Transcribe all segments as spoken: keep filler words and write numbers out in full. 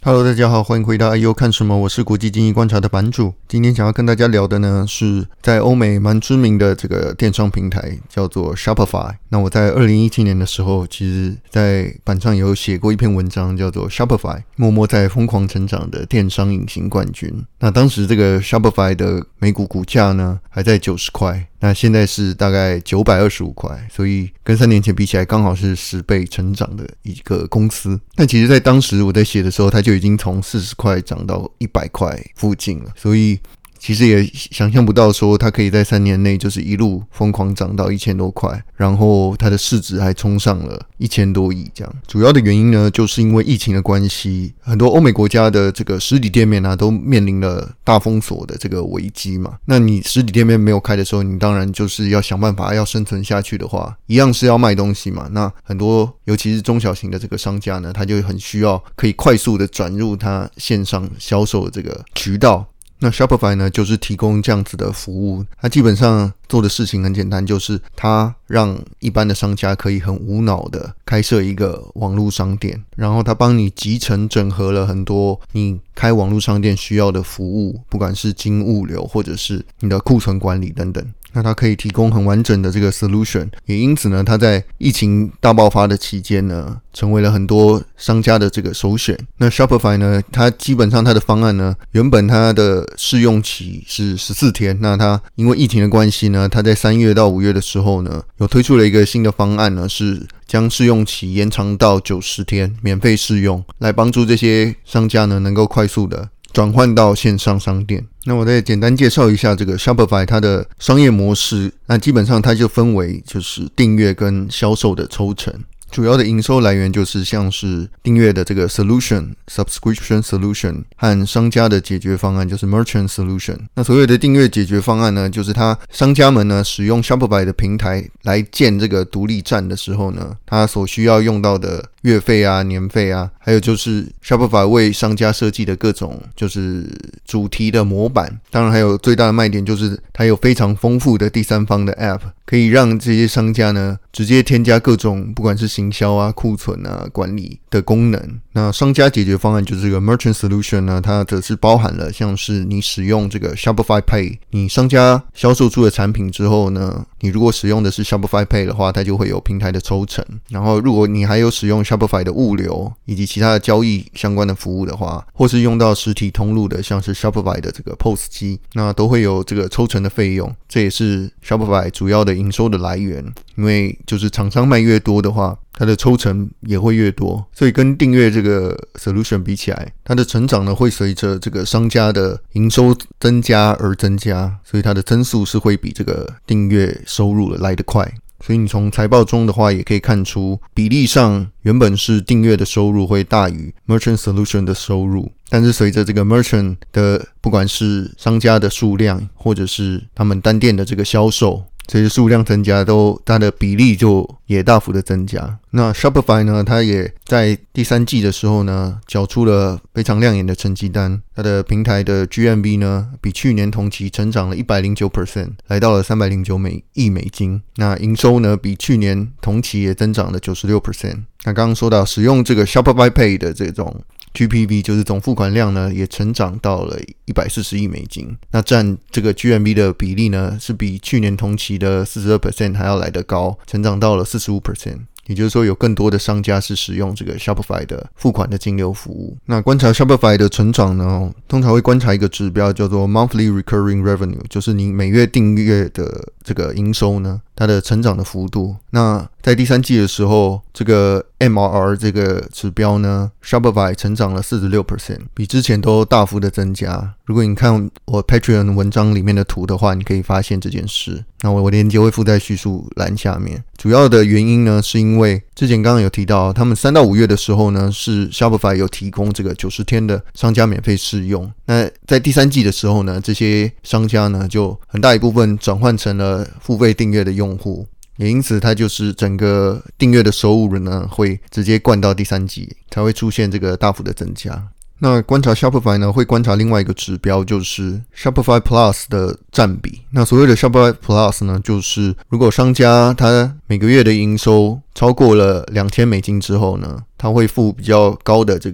Hello， 大家好，欢迎回到 I U 看什么，我是国际经济观察的版主。今天想要跟大家聊的呢，是在欧美蛮知名的这个电商平台，叫做 Shopify。那我在二零一七年的时候，其实在版上有写过一篇文章，叫做 Shopify 默默在疯狂成长的电商隐形冠军。那当时这个 Shopify 的每股股价呢，还在九十块。那现在是大概九百二十五块，所以跟三年前比起来刚好是十倍成长的一个公司。但其实在当时我在写的时候，它就已经从四十块涨到一百块附近了，所以其实也想象不到说它可以在三年内就是一路疯狂涨到一千多块，然后它的市值还冲上了一千多亿这样。主要的原因呢，就是因为疫情的关系，很多欧美国家的这个实体店面啊都面临了大封锁的这个危机嘛。那你实体店面没有开的时候，你当然就是要想办法要生存下去的话，一样是要卖东西嘛。那很多尤其是中小型的这个商家呢，他就很需要可以快速的转入他线上销售的这个渠道。那 Shopify 呢，就是提供这样子的服务。它基本上做的事情很简单，就是它让一般的商家可以很无脑的开设一个网络商店，然后它帮你集成整合了很多你开网络商店需要的服务，不管是金物流或者是你的库存管理等等。那它可以提供很完整的这个 solution， 也因此呢，它在疫情大爆发的期间呢，成为了很多商家的这个首选。那 Shopify 呢，它基本上它的方案呢，原本它的试用期是十四天，那它因为疫情的关系呢，它在三月到五月的时候呢，有推出了一个新的方案呢，是将试用期延长到九十天，免费试用，来帮助这些商家呢，能够快速的转换到线上商店。那我再简单介绍一下这个 Shopify 它的商业模式。那基本上它就分为就是订阅跟销售的抽成。主要的营收来源就是像是订阅的这个 solution subscription solution 和商家的解决方案，就是 merchant solution。 那所谓的订阅解决方案呢，就是他商家们呢使用 Shopify 的平台来建这个独立站的时候呢，他所需要用到的月费啊、年费啊，还有就是 Shopify 为商家设计的各种就是主题的模板。当然还有最大的卖点就是它有非常丰富的第三方的 App， 可以让这些商家呢直接添加各种不管是行销啊、库存啊、管理的功能。那商家解决方案就是这个 merchant solution 呢，它则是包含了像是你使用这个 Shopify Pay， 你商家销售出的产品之后呢，你如果使用的是 Shopify Pay 的话，它就会有平台的抽成。然后如果你还有使用 Shopify 的物流以及其他的交易相关的服务的话，或是用到实体通路的像是 Shopify 的这个 P O S 机，那都会有这个抽成的费用。这也是 Shopify 主要的营收的来源，因为就是厂商卖越多的话，它的抽成也会越多，所以跟订阅这个 solution 比起来，它的成长呢会随着这个商家的营收增加而增加，所以它的增速是会比这个订阅收入来得快。所以你从财报中的话也可以看出，比例上原本是订阅的收入会大于 merchant solution 的收入，但是随着这个 merchant 的不管是商家的数量或者是他们单店的这个销售，随着数量增加，都它的比例就也大幅的增加。那 Shopify 呢，它也在第三季的时候呢，缴出了非常亮眼的成绩单。它的平台的 G M V 呢，比去年同期成长了 百分之一百零九， 来到了三百零九亿美金。那营收呢，比去年同期也增长了 百分之九十六。那刚刚说到使用这个 Shopify Pay 的这种G P V 就是总付款量呢，也成长到了一百四十亿美金。那占这个 G M V 的比例呢，是比去年同期的 百分之四十二 还要来得高，成长到了 百分之四十五。也就是说，有更多的商家是使用这个 Shopify 的付款的金流服务。那观察 Shopify 的成长呢，通常会观察一个指标叫做 Monthly Recurring Revenue， 就是你每月订阅的这个营收呢，它的成长的幅度。那在第三季的时候，这个 M R R 这个指标呢 Shopify 成长了 百分之四十六， 比之前都大幅的增加。如果你看我 Patreon 文章里面的图的话，你可以发现这件事。那我链接会附在叙述栏下面。主要的原因呢，是因为之前刚刚有提到，他们三到五月的时候呢，是 Shopify 有提供这个九十天的商家免费试用。那在第三季的时候呢，这些商家呢，就很大一部分转换成了付费订阅的用户。也因此它就是整个订阅的收入呢会直接灌到第三季，才会出现这个大幅的增加。那观察 Shopify 呢，会观察另外一个指标，就是 Shopify Plus 的占比。那所谓的 Shopify Plus 呢，就是如果商家他每个月的营收超过了两千美金之后呢，他会付比较高的这个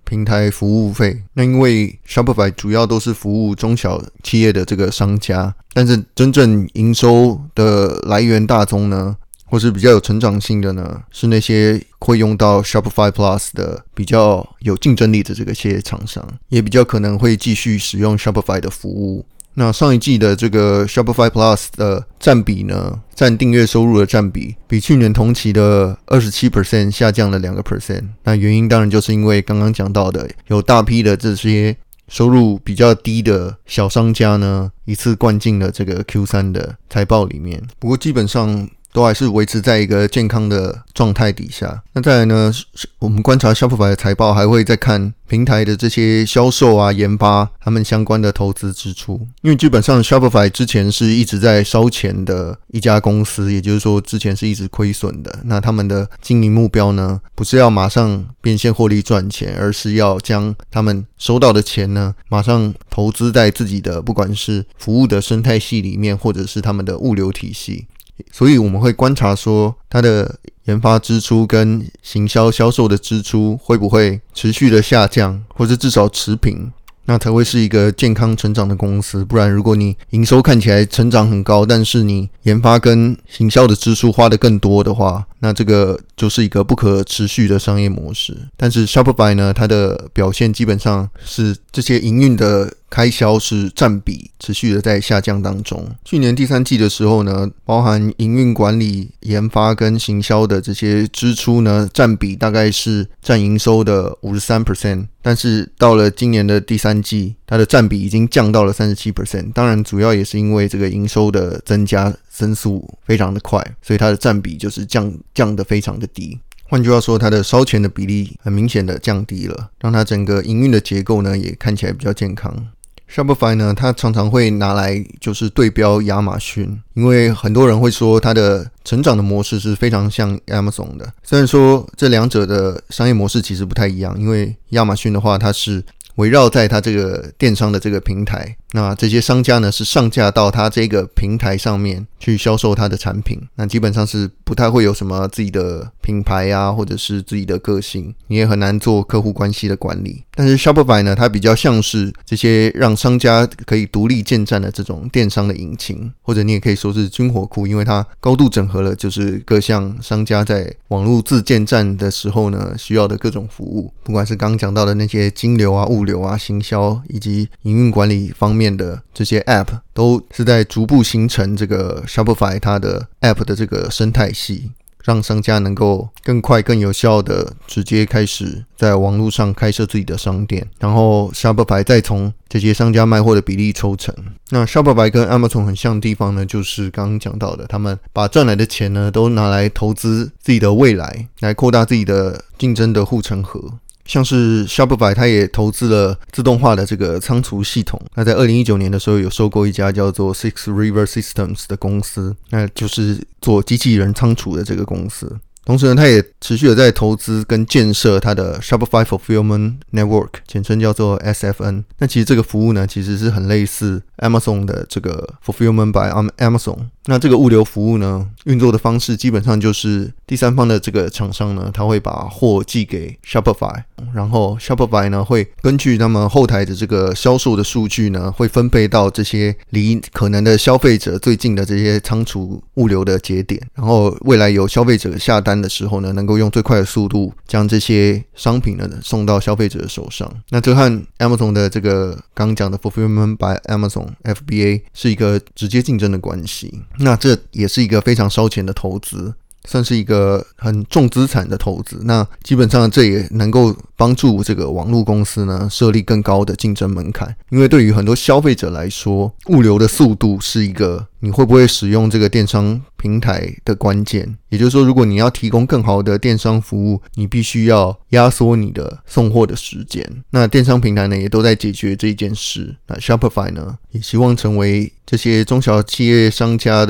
平台服务费。那因为 Shopify 主要都是服务中小企业的这个商家，但是真正营收的来源大宗呢，或是比较有成长性的呢，是那些会用到 Shopify Plus 的比较有竞争力的这个企业厂商，也比较可能会继续使用 Shopify 的服务。那上一季的这个 Shopify Plus 的占比呢，占订阅收入的占比比去年同期的 百分之二十七 下降了 百分之二。 那原因当然就是因为刚刚讲到的，有大批的这些收入比较低的小商家呢，一次灌进了这个 Q 三 的财报里面。不过基本上都还是维持在一个健康的状态底下。那再来呢，我们观察 Shopify 的财报，还会再看平台的这些销售啊、研发他们相关的投资支出。因为基本上 Shopify 之前是一直在烧钱的一家公司，也就是说之前是一直亏损的。那他们的经营目标呢，不是要马上变现获利赚钱，而是要将他们收到的钱呢，马上投资在自己的不管是服务的生态系里面，或者是他们的物流体系。所以我们会观察说，它的研发支出跟行销销售的支出会不会持续的下降，或是至少持平，那才会是一个健康成长的公司。不然如果你营收看起来成长很高，但是你研发跟行销的支出花得更多的话，那这个就是一个不可持续的商业模式。但是 Shopify 呢，它的表现基本上是这些营运的开销是占比持续的在下降当中。去年第三季的时候呢，包含营运管理、研发跟行销的这些支出呢，占比大概是占营收的 百分之五十三， 但是到了今年的第三季，它的占比已经降到了 百分之三十七。 当然主要也是因为这个营收的增加增速非常的快，所以它的占比就是降降得非常的低。换句话说，它的烧钱的比例很明显的降低了，让它整个营运的结构呢也看起来比较健康。Shopify 呢，它常常会拿来就是对标亚马逊，因为很多人会说它的成长的模式是非常像 Amazon 的。虽然说这两者的商业模式其实不太一样，因为亚马逊的话，它是围绕在它这个电商的这个平台，那这些商家呢是上架到它这个平台上面去销售它的产品，那基本上是不太会有什么自己的品牌啊，或者是自己的个性，你也很难做客户关系的管理。但是 Shopify 呢，它比较像是这些让商家可以独立建站的这种电商的引擎，或者你也可以说是军火库，因为它高度整合了就是各项商家在网络自建站的时候呢需要的各种服务，不管是刚刚讲到的那些金流啊、物流啊、行销以及营运管理方面的这些 App， 都是在逐步形成这个 Shopify 它的 App 的这个生态系，让商家能够更快更有效的直接开始在网络上开设自己的商店，然后 Shopify 再从这些商家卖货的比例抽成。那 Shopify 跟 Amazon 很像的地方呢，就是刚刚讲到的，他们把赚来的钱呢都拿来投资自己的未来，来扩大自己的竞争的护城河。像是 Shopify 它也投资了自动化的这个仓储系统，那在二零一九年的时候有收购一家叫做 Six River Systems 的公司，那就是做机器人仓储的这个公司。同时呢，它也持续的在投资跟建设它的 Shopify Fulfillment Network， 简称叫做 S F N。 那其实这个服务呢，其实是很类似 Amazon 的这个 Fulfillment by Amazon。那这个物流服务呢，运作的方式基本上就是第三方的这个厂商呢，他会把货寄给 Shopify， 然后 Shopify 呢会根据他们后台的这个销售的数据呢，会分配到这些离可能的消费者最近的这些仓储物流的节点，然后未来有消费者下单的时候呢，能够用最快的速度将这些商品呢送到消费者的手上。那这和 Amazon 的这个刚讲的 Fulfillment by Amazon F B A 是一个直接竞争的关系。那这也是一个非常烧钱的投资，算是一个很重资产的投资。那基本上这也能够帮助这个网络公司呢设立更高的竞争门槛，因为对于很多消费者来说，物流的速度是一个你会不会使用这个电商平台的关键。也就是说，如果你要提供更好的电商服务，你必须要压缩你的送货的时间。那电商平台呢也都在解决这一件事。那 Shopify 呢也希望成为这些中小企业商家的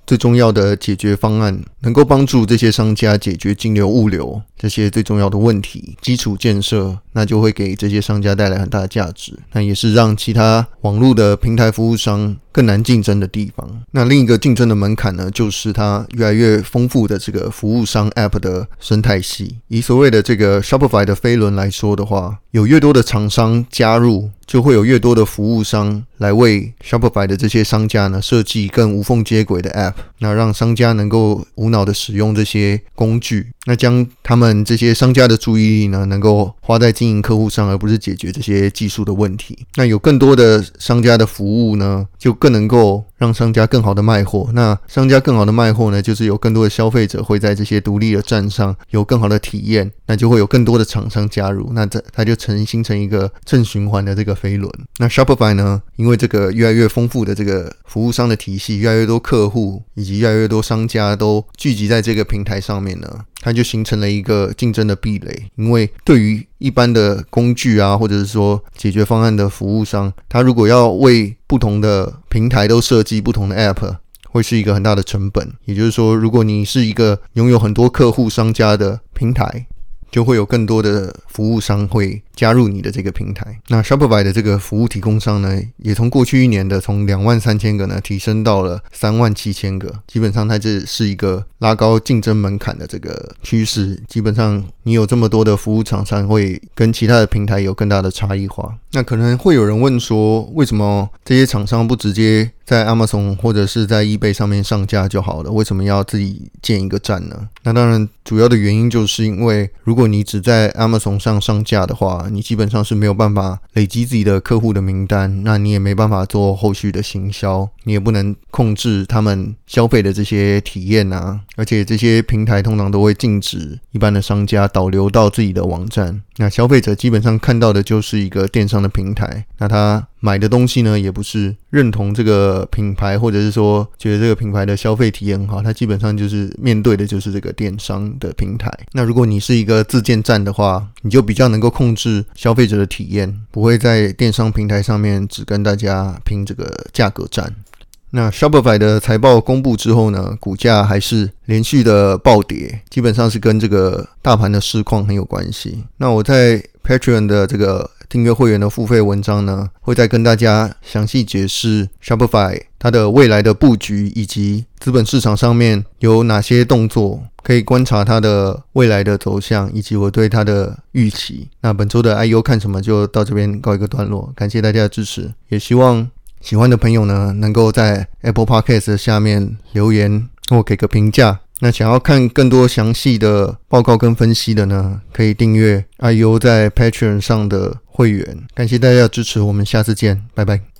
最重要的解决方案，能够帮助这些商家解决金流、物流这些最重要的问题，基础建设，那就会给这些商家带来很大的价值，那也是让其他网络的平台服务商更难竞争的地方。那另一个竞争的门槛呢，就是它越来越丰富的这个服务商 App 的生态系。以所谓的这个 Shopify 的飞轮来说的话，有越多的厂商加入，就会有越多的服务商来为 Shopify 的这些商家呢设计更无缝接轨的 App， 那让商家能够无脑的使用这些工具，那将他们这些商家的注意力呢能够花在经营客户上，而不是解决这些技术的问题。那有更多的商家的服务呢，就更能够让商家更好的卖货。那商家更好的卖货呢，就是有更多的消费者会在这些独立的站上有更好的体验，那就会有更多的厂商加入，那这它就成形成一个正循环的这个飞轮。那 Shopify 呢，因为这个越来越丰富的这个服务商的体系，越来越多客户以及越来越多商家都聚集在这个平台上面呢，它就形成了一个竞争的壁垒。因为对于一般的工具啊，或者是说解决方案的服务商，它如果要为不同的平台都设计不同的 App， 会是一个很大的成本。也就是说，如果你是一个拥有很多客户商家的平台，就会有更多的服务商会加入你的这个平台。那 Shopify 的这个服务提供商呢，也从过去一年的从两万三千个呢提升到了三万七千个，基本上它这是一个拉高竞争门槛的这个趋势。基本上你有这么多的服务厂商，会跟其他的平台有更大的差异化。那可能会有人问说，为什么这些厂商不直接在 Amazon 或者是在 eBay 上面上架就好了，为什么要自己建一个站呢？那当然主要的原因就是因为，如果你只在 Amazon 上上架的话，你基本上是没有办法累积自己的客户的名单，那你也没办法做后续的行销，你也不能控制他们消费的这些体验啊，而且这些平台通常都会禁止一般的商家导流到自己的网站，那消费者基本上看到的就是一个电商的平台，那他买的东西呢，也不是认同这个品牌，或者是说觉得这个品牌的消费体验很好，他基本上就是面对的就是这个电商的平台。那如果你是一个自建站的话，你就比较能够控制消费者的体验，不会在电商平台上面只跟大家拼这个价格战。那 Shopify 的财报公布之后呢，股价还是连续的暴跌，基本上是跟这个大盘的市况很有关系。那我在 Patreon 的这个订阅会员的付费文章呢，会再跟大家详细解释 Shopify 它的未来的布局，以及资本市场上面有哪些动作可以观察它的未来的走向，以及我对它的预期。那本周的 I U 看什么就到这边告一个段落，感谢大家的支持，也希望喜欢的朋友呢，能够在 Apple Podcast 下面留言或给个评价。那想要看更多详细的报告跟分析的呢，可以订阅 I U 在 Patreon 上的会员。感谢大家的支持，我们下次见，拜拜。